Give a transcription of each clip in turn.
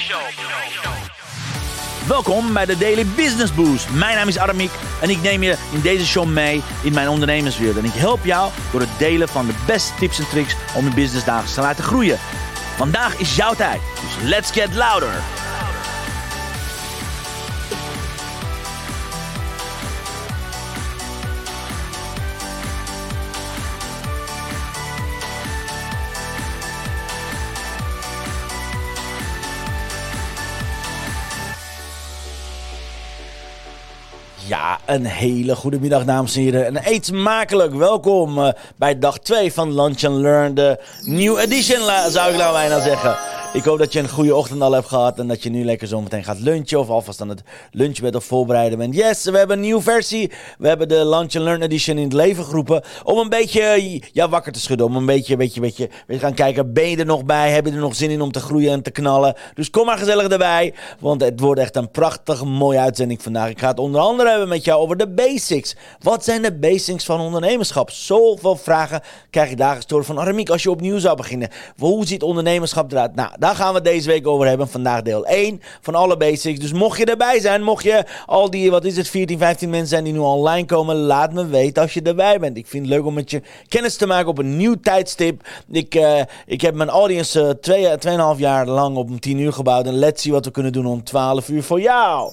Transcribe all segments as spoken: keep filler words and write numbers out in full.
Welkom bij de Daily Business Boost. Mijn naam is Aramik en ik neem je in deze show mee in mijn ondernemerswereld. En ik help jou door het delen van de beste tips en tricks om je business dagelijks te laten groeien. Vandaag is jouw tijd, dus let's get louder. Ja, een hele goede middag, dames en heren. En eet smakelijk. Welkom uh, bij dag twee van Lunch and Learn, de New Edition, la- zou ik nou bijna zeggen. Ik hoop dat je een goede ochtend al hebt gehad en dat je nu lekker zo meteen gaat lunchen of alvast aan het lunchbed of voorbereiden bent. Yes, we hebben een nieuwe versie. We hebben de Lunch and Learn Edition in het leven geroepen om een beetje ja, wakker te schudden. Om een beetje, beetje, beetje weer gaan kijken, ben je er nog bij? Heb je er nog zin in om te groeien en te knallen? Dus kom maar gezellig erbij, want het wordt echt een prachtig mooie uitzending vandaag. Ik ga het onder andere hebben met jou over de basics. Wat zijn de basics van ondernemerschap? Zoveel vragen krijg ik dagelijks door van Aramik als je opnieuw zou beginnen. Hoe ziet ondernemerschap eruit? Nou, daar gaan we het deze week over hebben. Vandaag deel één van alle basics. Dus mocht je erbij zijn, mocht je al die, wat is het, veertien, vijftien mensen zijn die nu online komen, laat me weten als je erbij bent. Ik vind het leuk om met je kennis te maken op een nieuw tijdstip. Ik, uh, ik heb mijn audience uh, twee, tweeënhalf jaar lang op een tien uur gebouwd. En let's see wat we kunnen doen om twaalf uur voor jou.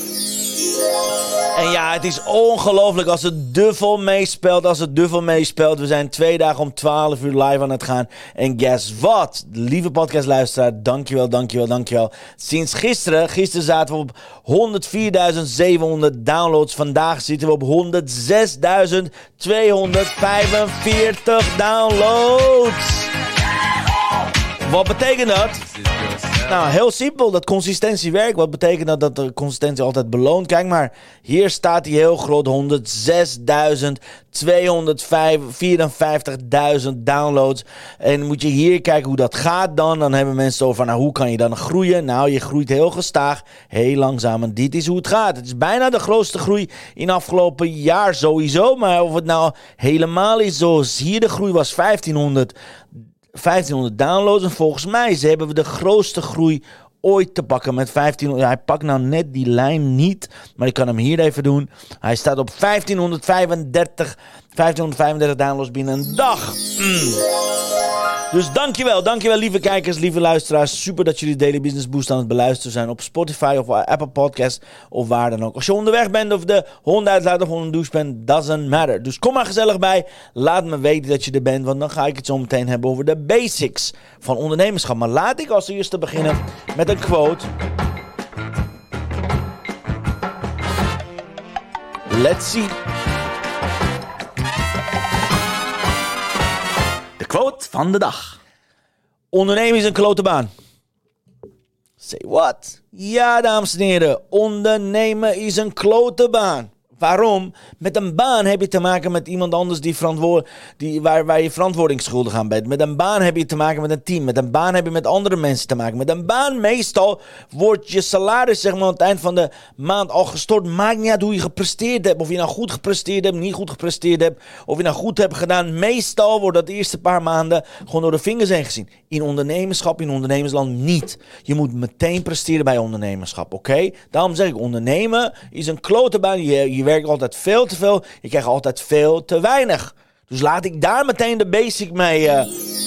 En ja, het is ongelooflijk als het duvel meespeelt, als het duvel meespeelt. We zijn twee dagen om twaalf uur live aan het gaan. En guess what? Lieve podcastluisteraar, dankjewel, dankjewel, dankjewel. Sinds gisteren, gisteren zaten we op honderdvierduizend zevenhonderd downloads. Vandaag zitten we op honderdzesduizend tweehonderdvijfenveertig downloads. Wat betekent dat? Nou, heel simpel, dat consistentie werkt. Wat betekent dat? Dat de consistentie altijd beloont. Kijk maar, hier staat hij heel groot, honderdzesduizend tweehonderdvierenvijftigduizend downloads. En moet je hier kijken hoe dat gaat dan. Dan hebben mensen over, nou, hoe kan je dan groeien? Nou, je groeit heel gestaag, heel langzaam. En dit is hoe het gaat. Het is bijna de grootste groei in afgelopen jaar sowieso. Maar of het nou helemaal is zoals hier de groei was, vijftienhonderd vijftienhonderd downloads. En volgens mij ze hebben we de grootste groei ooit te pakken met vijftienhonderd. Ja, hij pakt nou net die lijn niet, maar ik kan hem hier even doen. Hij staat op vijftienhonderdvijfendertig, vijftienhonderdvijfendertig downloads binnen een dag. Mm. Dus dankjewel, dankjewel lieve kijkers, lieve luisteraars. Super dat jullie Daily Business Boost aan het beluisteren zijn op Spotify of Apple Podcast of waar dan ook. Als je onderweg bent of de hond uitlaat of onder de douche bent, doesn't matter. Dus kom maar gezellig bij. Laat me weten dat je er bent, want dan ga ik het zo meteen hebben over de basics van ondernemerschap. Maar laat ik als eerste beginnen met een quote. Let's see. Quote van de dag. Ondernemen is een klote baan. Say what? Ja, dames en heren. Ondernemen is een klote baan. Waarom? Met een baan heb je te maken met iemand anders die verantwoord, die, waar, waar je verantwoordingsschuldig aan bent. Met een baan heb je te maken met een team. Met een baan heb je met andere mensen te maken. Met een baan meestal wordt je salaris zeg maar, aan het eind van de maand al gestort. Maakt niet uit hoe je gepresteerd hebt. Of je nou goed gepresteerd hebt, niet goed gepresteerd hebt. Of je nou goed hebt gedaan. Meestal wordt dat de eerste paar maanden gewoon door de vingers heen gezien. In ondernemerschap, in ondernemersland niet. Je moet meteen presteren bij ondernemerschap, oké? Okay? Daarom zeg ik, ondernemen is een klote baan. Je, je werkt altijd veel te veel. Je krijgt altijd veel te weinig. Dus laat ik daar meteen de basic mee uh,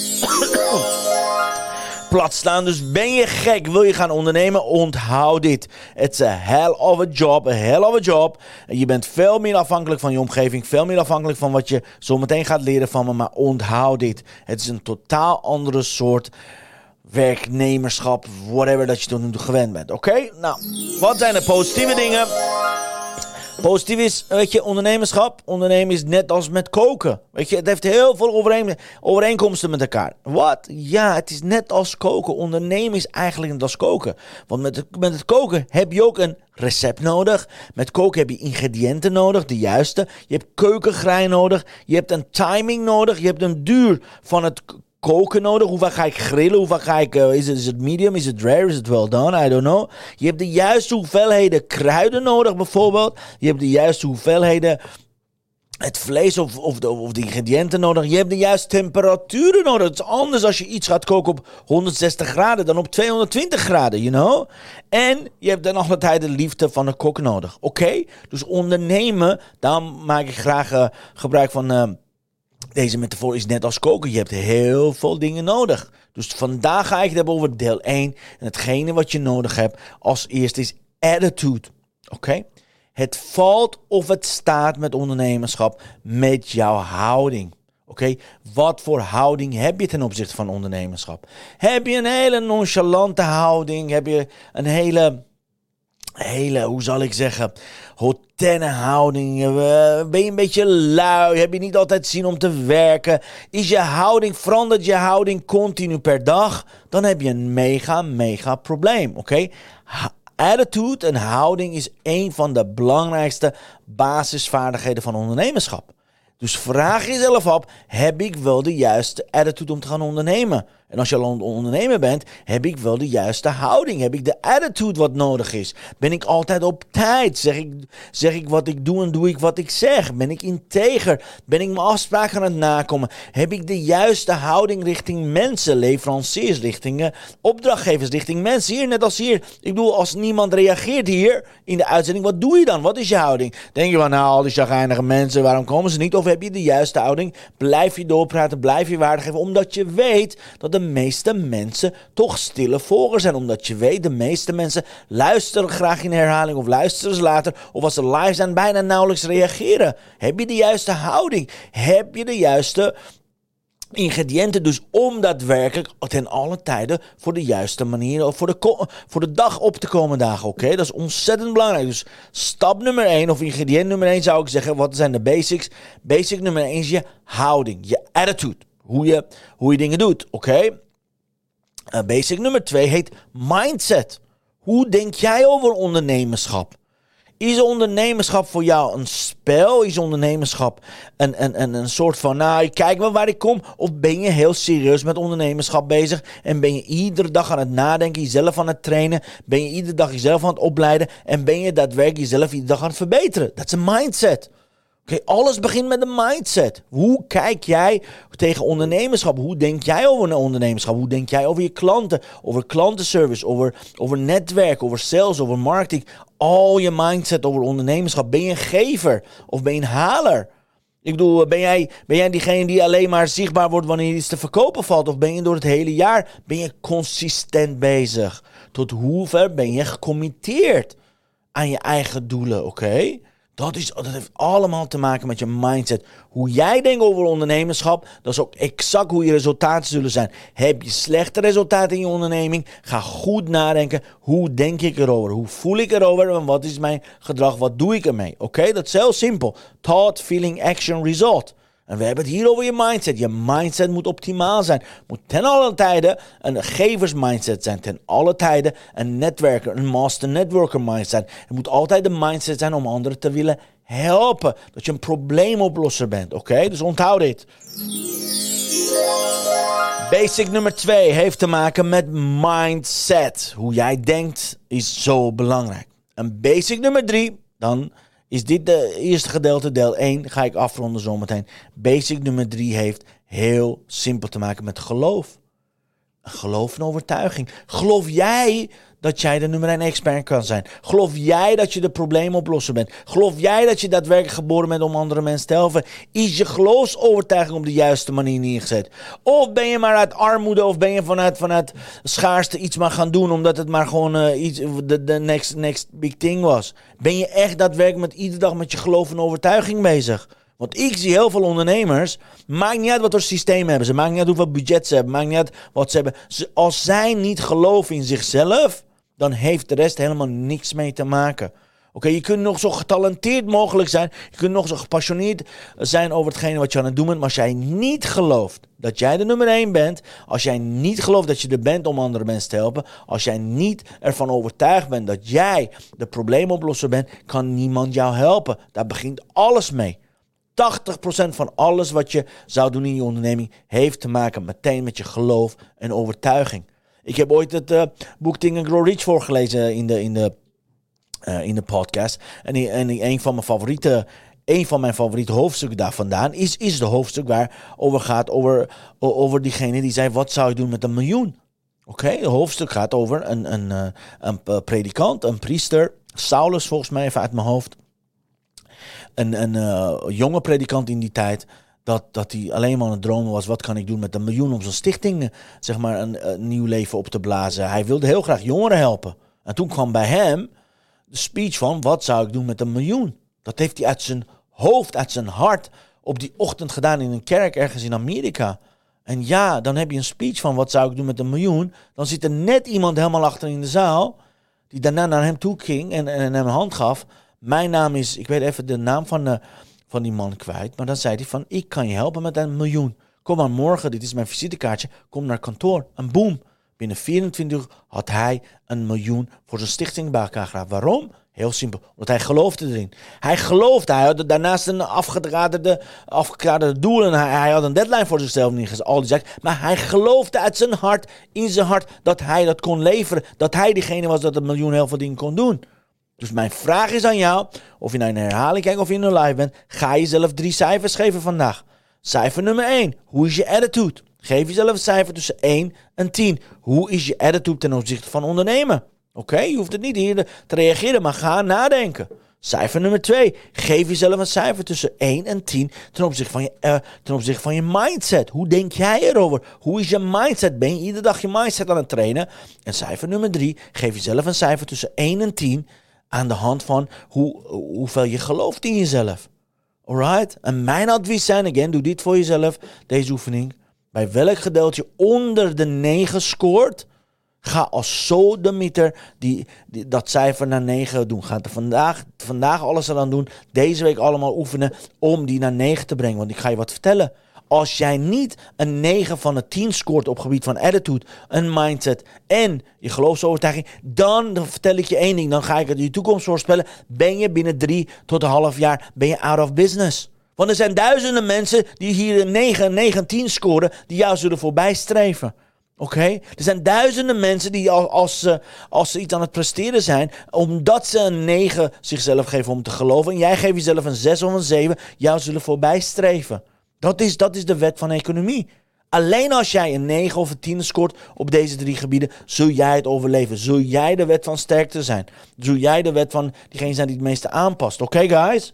plat staan. Dus ben je gek, wil je gaan ondernemen? Onthoud dit. It's a hell of a job, a hell of a job. Je bent veel meer afhankelijk van je omgeving. Veel meer afhankelijk van wat je zo meteen gaat leren van me. Maar onthoud dit. Het is een totaal andere soort werknemerschap, whatever dat je tot nu toe gewend bent. Oké? Okay? Nou, wat zijn de positieve dingen? Positief is, weet je, ondernemerschap. Ondernemen is net als met koken. Weet je, het heeft heel veel overeen, overeenkomsten met elkaar. Wat? Ja, het is net als koken. Ondernemen is eigenlijk net als koken. Want met het, met het koken heb je ook een recept nodig. Met koken heb je ingrediënten nodig, de juiste. Je hebt keukengrij nodig. Je hebt een timing nodig. Je hebt een duur van het koken nodig. Hoe vaak ga ik grillen? Hoe vaak ga ik... Uh, is, het, is het medium? Is het rare? Is het well done? I don't know. Je hebt de juiste hoeveelheden kruiden nodig bijvoorbeeld. Je hebt de juiste hoeveelheden het vlees of, of, de, of de ingrediënten nodig. Je hebt de juiste temperaturen nodig. Het is anders als je iets gaat koken op honderdzestig graden dan op tweehonderdtwintig graden, you know. En je hebt dan altijd de liefde van de kok nodig, oké? Okay? Dus ondernemen, daarom maak ik graag uh, gebruik van uh, deze metafoor, is net als koken. Je hebt heel veel dingen nodig. Dus vandaag ga ik het hebben over deel één. En hetgene wat je nodig hebt als eerste is attitude, oké? Okay? Het valt of het staat met ondernemerschap met jouw houding. Oké, okay? Wat voor houding heb je ten opzichte van ondernemerschap? Heb je een hele nonchalante houding? Heb je een hele, hele, hoe zal ik zeggen, hautaine houding? Ben je een beetje lui? Heb je niet altijd zin om te werken? Is je houding, verandert je houding continu per dag? Dan heb je een mega, mega probleem, oké? Okay? Attitude en houding is een van de belangrijkste basisvaardigheden van ondernemerschap. Dus vraag jezelf af, heb ik wel de juiste attitude om te gaan ondernemen? En als je al aan het ondernemen bent, heb ik wel de juiste houding? Heb ik de attitude wat nodig is? Ben ik altijd op tijd? Zeg ik, zeg ik wat ik doe en doe ik wat ik zeg? Ben ik integer? Ben ik mijn afspraken aan het nakomen? Heb ik de juiste houding richting mensen, leveranciers, richting uh, opdrachtgevers, richting mensen? Hier, net als hier. Ik bedoel, als niemand reageert hier in de uitzending, wat doe je dan? Wat is je houding? Denk je van, nou, al die chagrijnige mensen, waarom komen ze niet? Of heb je de juiste houding? Blijf je doorpraten, blijf je waarde geven, omdat je weet dat de meeste mensen toch stille volgers zijn. Omdat je weet, de meeste mensen luisteren graag in herhaling of luisteren ze later. Of als ze live zijn, bijna nauwelijks reageren. Heb je de juiste houding? Heb je de juiste ingrediënten dus om daadwerkelijk ten alle tijden voor de juiste manier of voor de, ko- voor de dag op te komen dagen, oké? Okay? Dat is ontzettend belangrijk. Dus stap nummer één of ingrediënt nummer één zou ik zeggen, wat zijn de basics? Basic nummer één is je houding, je attitude. Hoe je, hoe je dingen doet, oké? Okay? Uh, basic nummer twee heet mindset. Hoe denk jij over ondernemerschap? Is ondernemerschap voor jou een spel? Is ondernemerschap een, een, een, een soort van, nou, ik kijk wel waar ik kom? Of ben je heel serieus met ondernemerschap bezig? En ben je iedere dag aan het nadenken, jezelf aan het trainen? Ben je iedere dag jezelf aan het opleiden? En ben je daadwerkelijk jezelf iedere dag aan het verbeteren? Dat is een mindset. Oké, okay, alles begint met een mindset. Hoe kijk jij tegen ondernemerschap? Hoe denk jij over een ondernemerschap? Hoe denk jij over je klanten? Over klantenservice, over, over netwerk, over sales, over marketing. Al je mindset over ondernemerschap. Ben je een gever of ben je een haler? Ik bedoel, ben jij, ben jij diegene die alleen maar zichtbaar wordt wanneer iets te verkopen valt? Of ben je door het hele jaar ben je consistent bezig? Tot hoever ben je gecommitteerd aan je eigen doelen, oké? Okay? Dat, is, dat heeft allemaal te maken met je mindset. Hoe jij denkt over ondernemerschap, dat is ook exact hoe je resultaten zullen zijn. Heb je slechte resultaten in je onderneming? Ga goed nadenken. Hoe denk ik erover? Hoe voel ik erover? En wat is mijn gedrag? Wat doe ik ermee? Oké, okay? Dat is heel simpel. Thought, feeling, action, result. En we hebben het hier over je mindset. Je mindset moet optimaal zijn. Moet ten alle tijden een geversmindset zijn. Ten alle tijden een netwerker, een master networker mindset zijn. Het moet altijd de mindset zijn om anderen te willen helpen. Dat je een probleemoplosser bent. Oké, okay? Dus onthoud dit. Basic nummer twee heeft te maken met mindset. Hoe jij denkt is zo belangrijk. En basic nummer drie, dan is dit de eerste gedeelte, deel één, ga ik afronden zometeen. Basic nummer drie heeft heel simpel te maken met geloof. Geloof en overtuiging. Geloof jij dat jij de nummer één expert kan zijn? Geloof jij dat je de probleemoplosser bent? Geloof jij dat je daadwerkelijk geboren bent om andere mensen te helpen? Is je geloofsovertuiging op de juiste manier neergezet? Of ben je maar uit armoede of ben je vanuit, vanuit schaarste iets maar gaan doen omdat het maar gewoon uh, iets, de, de next, next big thing was? Ben je echt daadwerkelijk met iedere dag met je geloof en overtuiging bezig? Want ik zie heel veel ondernemers, maakt niet uit wat voor systeem hebben ze, maakt niet uit hoeveel budget ze hebben, maakt niet uit wat ze hebben. Als zij niet geloven in zichzelf, dan heeft de rest helemaal niks mee te maken. Oké, okay, je kunt nog zo getalenteerd mogelijk zijn, je kunt nog zo gepassioneerd zijn over hetgene wat je aan het doen bent, maar als jij niet gelooft dat jij de nummer één bent, als jij niet gelooft dat je er bent om andere mensen te helpen, als jij niet ervan overtuigd bent dat jij de probleemoplosser bent, kan niemand jou helpen. Daar begint alles mee. tachtig procent van alles wat je zou doen in je onderneming heeft te maken meteen met je geloof en overtuiging. Ik heb ooit het uh, boek Think and Grow Rich voorgelezen in de, in de, uh, in de podcast. En, die, en die, een van mijn favoriete een van mijn favoriete hoofdstukken daar vandaan is, is de hoofdstuk waar over gaat over, over diegene die zei, wat zou je doen met een miljoen? Oké, okay, het hoofdstuk gaat over een, een, een, een predikant, een priester, Saulus volgens mij even uit mijn hoofd. Een, een uh, jonge predikant in die tijd, dat, dat hij alleen maar aan het dromen was, wat kan ik doen met een miljoen om zijn stichting, zeg maar, een, een nieuw leven op te blazen. Hij wilde heel graag jongeren helpen. En toen kwam bij hem de speech van, wat zou ik doen met een miljoen? Dat heeft hij uit zijn hoofd, uit zijn hart, op die ochtend gedaan in een kerk ergens in Amerika. En ja, dan heb je een speech van, wat zou ik doen met een miljoen? Dan zit er net iemand helemaal achter in de zaal, die daarna naar hem toe ging en, en hem een hand gaf. Mijn naam is, ik weet even de naam van, de, van die man kwijt, maar dan zei hij van, ik kan je helpen met een miljoen. Kom maar morgen, dit is mijn visitekaartje, kom naar kantoor. En boom, binnen vierentwintig uur had hij een miljoen voor zijn stichting bij elkaar gehaald. Waarom? Heel simpel, omdat hij geloofde erin. Hij geloofde, hij had daarnaast een afgekaderde, afgekaderde doel en hij, hij had een deadline voor zichzelf neergezet, al die zaken. Maar hij geloofde uit zijn hart, in zijn hart, dat hij dat kon leveren. Dat hij degene was dat een miljoen heel veel dingen kon doen. Dus mijn vraag is aan jou, of je naar een herhaling kijkt of je in een live bent, ga jezelf drie cijfers geven vandaag. Cijfer nummer één, hoe is je attitude? Geef jezelf een cijfer tussen één en tien. Hoe is je attitude ten opzichte van ondernemen? Oké, okay, je hoeft het niet hier te reageren, maar ga nadenken. Cijfer nummer twee, geef jezelf een cijfer tussen één en tien ten opzichte van je, uh, ten opzichte van je mindset. Hoe denk jij erover? Hoe is je mindset? Ben je iedere dag je mindset aan het trainen? En cijfer nummer drie, geef jezelf een cijfer tussen één en tien aan de hand van hoe, hoeveel je gelooft in jezelf. Alright? En mijn advies zijn, again, doe dit voor jezelf, deze oefening. Bij welk gedeelte onder de negen scoort, ga als sodemieter die, die, dat cijfer naar negen doen. Ga er vandaag, vandaag alles eraan doen, deze week allemaal oefenen om die naar negen te brengen. Want ik ga je wat vertellen. Als jij niet een negen van de tien scoort op gebied van attitude, een mindset en je geloofsovertuiging, dan, dan vertel ik je één ding, dan ga ik het in je toekomst voorspellen, ben je binnen drie tot een half jaar ben je out of business. Want er zijn duizenden mensen die hier een negen, negen, tien scoren, die jou zullen voorbij streven. Oké? Okay? Er zijn duizenden mensen die als, als, ze, als ze iets aan het presteren zijn, omdat ze een negen zichzelf geven om te geloven, en jij geeft jezelf een zes of een zeven, jou zullen voorbij streven. Dat is, dat is de wet van economie. Alleen als jij een negen of een tien scoort op deze drie gebieden, zul jij het overleven. Zul jij de wet van sterkte zijn. Zul jij de wet van diegene zijn die het meeste aanpast. Oké, okay, guys?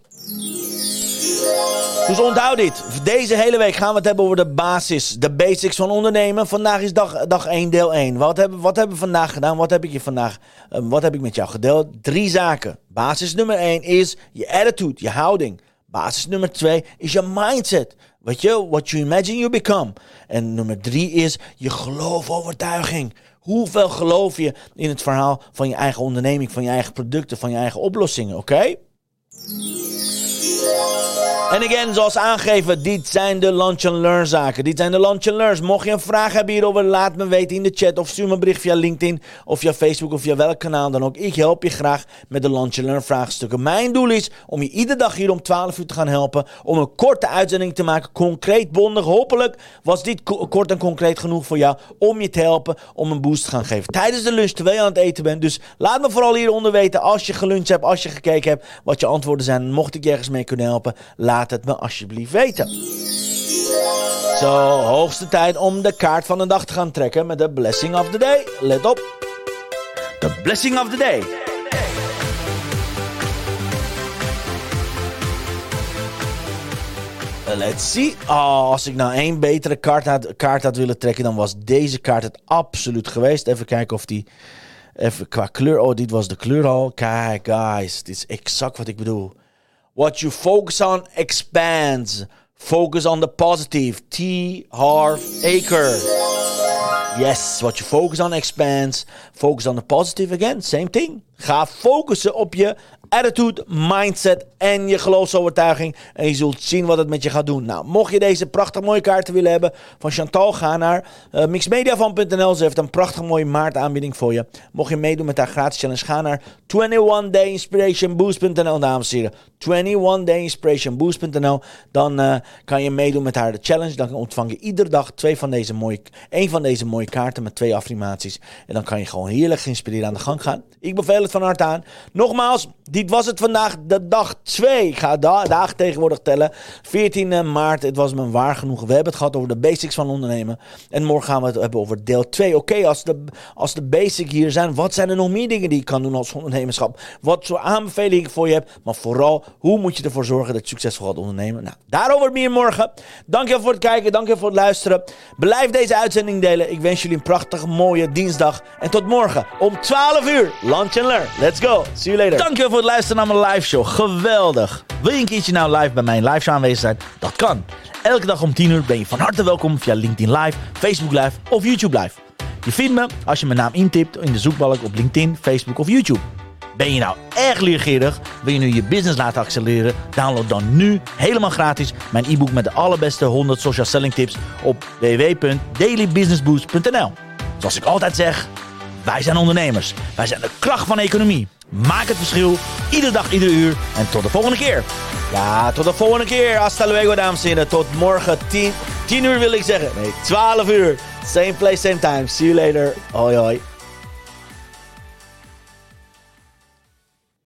Dus onthoud dit. Deze hele week gaan we het hebben over de basis, de basics van ondernemen. Vandaag is dag, dag één, deel één. Wat hebben, wat hebben we vandaag gedaan? Wat heb ik je vandaag, uh, wat heb ik met jou gedeeld? Drie zaken. Basis nummer één is je attitude, je houding. Basis nummer twee is je mindset. Weet je, what you imagine you become. En nummer drie is je geloofovertuiging. Hoeveel geloof je in het verhaal van je eigen onderneming, van je eigen producten, van je eigen oplossingen, oké? Okay? En again, zoals aangegeven, dit zijn de Lunch and Learn zaken. Dit zijn de Lunch and Learns. Mocht je een vraag hebben hierover, laat me weten in de chat. Of stuur me een bericht via LinkedIn of via Facebook of via welk kanaal dan ook. Ik help je graag met de Lunch and Learn vraagstukken. Mijn doel is om je iedere dag hier om twaalf uur te gaan helpen. Om een korte uitzending te maken, concreet, bondig. Hopelijk was dit ko- kort en concreet genoeg voor jou om je te helpen om een boost te gaan geven. Tijdens de lunch, terwijl je aan het eten bent. Dus laat me vooral hieronder weten als je geluncht hebt, als je gekeken hebt, wat je antwoorden zijn. Mocht ik je ergens mee kunnen helpen, laat het me alsjeblieft weten. Zo, hoogste tijd om de kaart van de dag te gaan trekken met de blessing of the day. Let op. De blessing of the day. Let's see. Oh, als ik nou één betere kaart had, kaart had willen trekken, dan was deze kaart het absoluut geweest. Even kijken of die... Even qua kleur. Oh, dit was de kleur al. Kijk, guys. Dit is exact wat ik bedoel. What you focus on expands. Focus on the positive. T. Harv Eker. Yes, what you focus on expands. Focus on the positive again. Same thing. Ga focussen op je attitude, mindset en je geloofsovertuiging. En je zult zien wat het met je gaat doen. Nou, mocht je deze prachtig mooie kaarten willen hebben van Chantal, ga naar uh, mixmediafan punt n l. Ze heeft een prachtig mooie maartaanbieding voor je. Mocht je meedoen met haar gratis challenge, ga naar eenentwintig day inspiration boost punt n l, dames en heren. eenentwintig day inspiration boost punt n l. Dan uh, kan je meedoen met haar de challenge. Dan ontvang je iedere dag twee van deze mooie, één van deze mooie kaarten met twee affirmaties. En dan kan je gewoon heerlijk geïnspireerd aan de gang gaan. Ik beveel het van harte aan. Nogmaals, die Dit was het vandaag, de dag twee. Ik ga da- dagen tegenwoordig tellen. veertien maart, het was me waar genoeg. We hebben het gehad over de basics van ondernemen. En morgen gaan we het hebben over deel twee. Oké, okay, als, de, als de basics hier zijn, wat zijn er nog meer dingen die je kan doen als ondernemerschap? Wat voor aanbevelingen ik voor je heb. Maar vooral, hoe moet je ervoor zorgen dat je succesvol gaat ondernemen? Nou, daarover meer morgen. Dankjewel voor het kijken, dankjewel voor het luisteren. Blijf deze uitzending delen. Ik wens jullie een prachtige, mooie dinsdag. En tot morgen om twaalf uur. Lunch and Learn. Let's go. See you later. Dankjewel voor het luisteren naar mijn live show. Geweldig. Wil je een keertje nou live bij mijn live show aanwezig zijn? Dat kan. Elke dag om tien uur ben je van harte welkom via LinkedIn Live, Facebook Live of YouTube Live. Je vindt me als je mijn naam intipt in de zoekbalk op LinkedIn, Facebook of YouTube. Ben je nou erg leergierig? Wil je nu je business laten accelereren? Download dan nu helemaal gratis mijn e-book met de allerbeste honderd social selling tips op w w w punt daily business boost punt n l. Zoals ik altijd zeg, wij zijn ondernemers. Wij zijn de kracht van de economie. Maak het verschil, iedere dag, iedere uur. En tot de volgende keer. Ja, tot de volgende keer. Hasta luego, dames en heren. Tot morgen tien uur wil ik zeggen. Nee, twaalf uur. Same place, same time. See you later. Hoi, hoi.